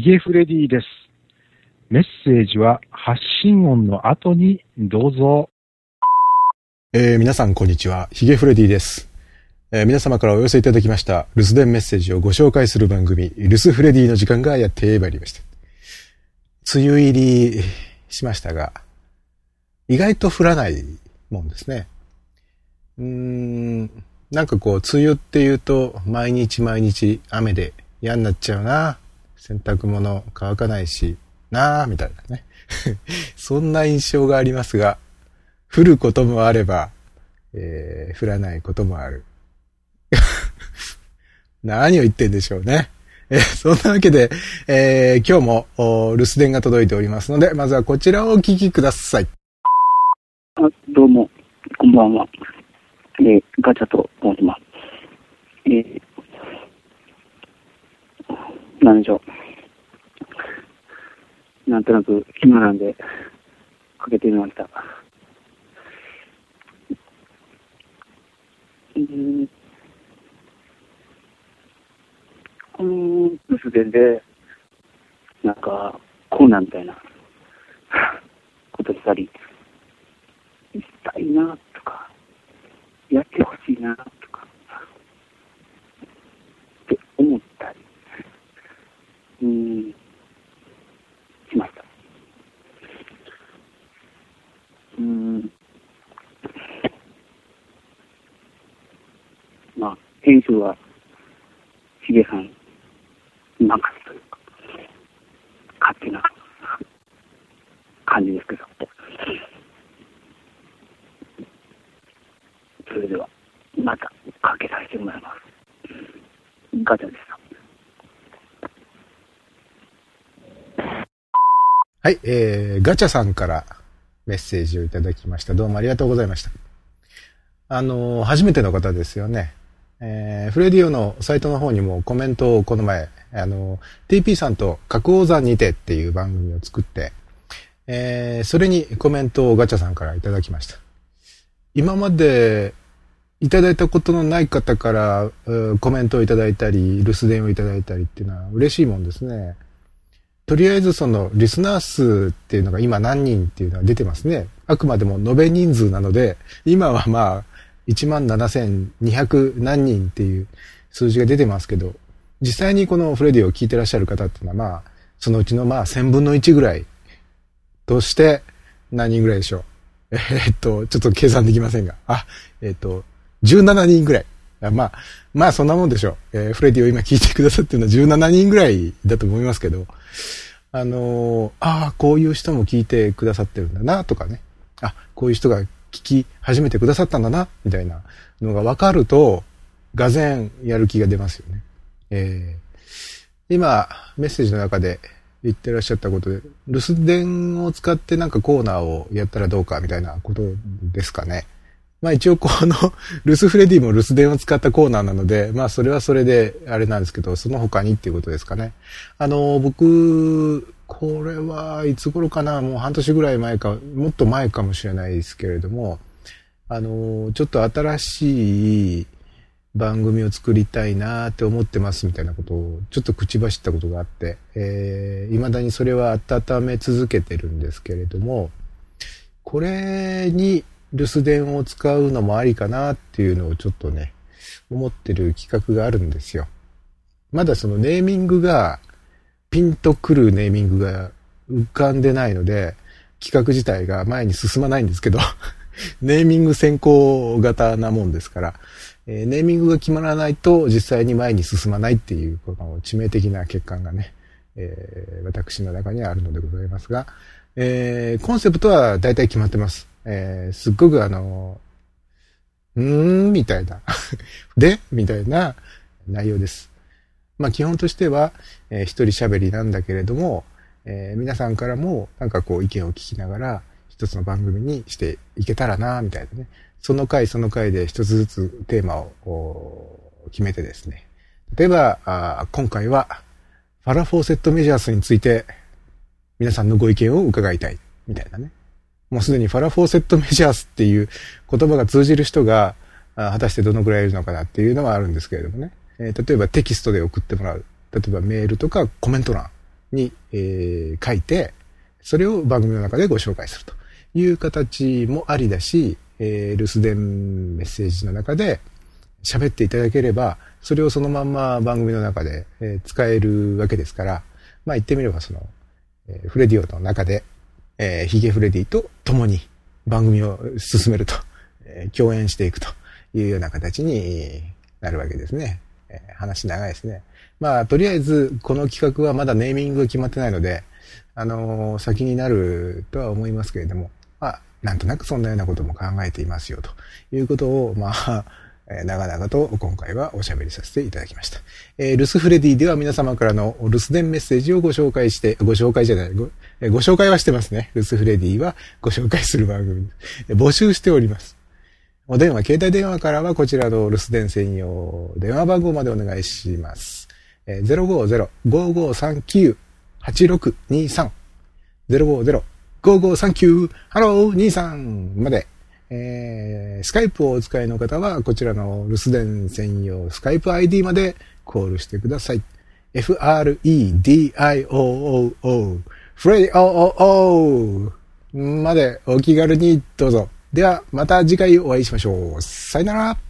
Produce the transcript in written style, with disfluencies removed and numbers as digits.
ゲフレディです。メッセージは発信音の後にどうぞ。 皆さんこんにちは。ヒゲフレディです。皆様からお寄せいただきました留守電メッセージをご紹介する番組、留守フレディの時間がやってまいりました。梅雨入りしましたが、意外と降らないもんですね。なんかこう、梅雨っていうと、毎日毎日雨で嫌になっちゃうな。洗濯物乾かないし、なぁ、みたいなね。そんな印象がありますが、降ることもあれば、降らないこともある。何を言ってんでしょうね。そんなわけで、今日も留守電が届いておりますので、まずはこちらをお聞きください。 どうも、こんばんは。ガチャと申します。なんでしょう。なんとなく暇なんで、かけてみました。この留守電で、なんか、コーナーみたいなことしたり、したいなとか、やってほしいなとか、って思ったり、しました。まあ、編集は、ヒゲさん、任せというか、勝手な感じですけど。それでは、また、かけさせてもらいます。ガチャでした。 はい、ガチャさんからメッセージをいただきました。どうもありがとうございました。初めての方ですよね。フレディオのサイトの方にもコメントをこの前、TP さんと角王山にてっていう番組を作って、それにコメントをガチャさんからいただきました。今までいただいたことのない方からコメントをいただいたり、留守電をいただいたりっていうのは嬉しいもんですね。とりあえずそのリスナー数っていうのが今何人っていうのは出てますね。あくまでも延べ人数なので、今はまあ17,200何人っていう数字が出てますけど、実際にこのフレディを聞いてらっしゃる方っていうのはまあ、そのうちのまあ1000分の1ぐらいとして何人ぐらいでしょう。ちょっと計算できませんが。17人ぐらい。まあそんなもんでしょう。フレディを今聞いてくださってるのは17人ぐらいだと思いますけど、こういう人も聞いてくださってるんだなとかね。こういう人が聞き始めてくださったんだな、みたいなのが分かると、がぜんやる気が出ますよね。今、メッセージの中で言ってらっしゃったことで、留守電を使ってなんかコーナーをやったらどうかみたいなことですかね。まあ一応この留守フレディも留守電を使ったコーナーなので、まあそれはそれであれなんですけど、その他にっていうことですかね。僕、これはいつ頃かな、もう半年ぐらい前か、もっと前かもしれないですけれども、ちょっと新しい番組を作りたいなって思ってますみたいなことをちょっと口走ったことがあって、未だにそれは温め続けてるんですけれども、これに留守電を使うのもありかなっていうのをちょっとね、思ってる企画があるんですよ。まだそのネーミングが、ピンとくるネーミングが浮かんでないので、企画自体が前に進まないんですけど、ネーミング先行型なもんですから、ネーミングが決まらないと実際に前に進まないっていう、この致命的な欠陥がね、私の中にはあるのでございますが、コンセプトは大体決まってます。すっごくみたいな。でみたいな内容です。まあ基本としては、一人喋りなんだけれども、皆さんからもなんかこう意見を聞きながら一つの番組にしていけたらな、みたいなね。その回その回で一つずつテーマを決めてですね。例えば、今回はファラ・フォーセット・メジャースについて皆さんのご意見を伺いたい、みたいなね。もうすでにファラ・フォーセット・メジャースっていう言葉が通じる人が果たしてどのくらいいるのかなっていうのはあるんですけれどもね。例えばテキストで送ってもらう。例えばメールとかコメント欄。 に、書いて、それを番組の中でご紹介するという形もありだし、留守電メッセージの中で喋っていただければ、それをそのまんま番組の中で、使えるわけですから、まあ言ってみればその、フレディオの中で、ヒゲフレディと共に番組を進めると、共演していくというような形になるわけですね。話長いですね。まあとりあえずこの企画はまだネーミングが決まってないので、先になるとは思いますけれども、まあなんとなくそんなようなことも考えていますよということを、まあ長々と今回はおしゃべりさせていただきました。留守フレディでは皆様からの留守電メッセージをご紹介はしてますね。留守フレディはご紹介する番組です。募集しております。お電話、携帯電話からはこちらの留守電専用電話番号までお願いします。050-5539-8623 050-5539-23まで。スカイプをお使いの方はこちらの留守電専用スカイプ ID までコールしてください。FREDIOO フレディ OOO までお気軽にどうぞ。ではまた次回お会いしましょう。さよなら。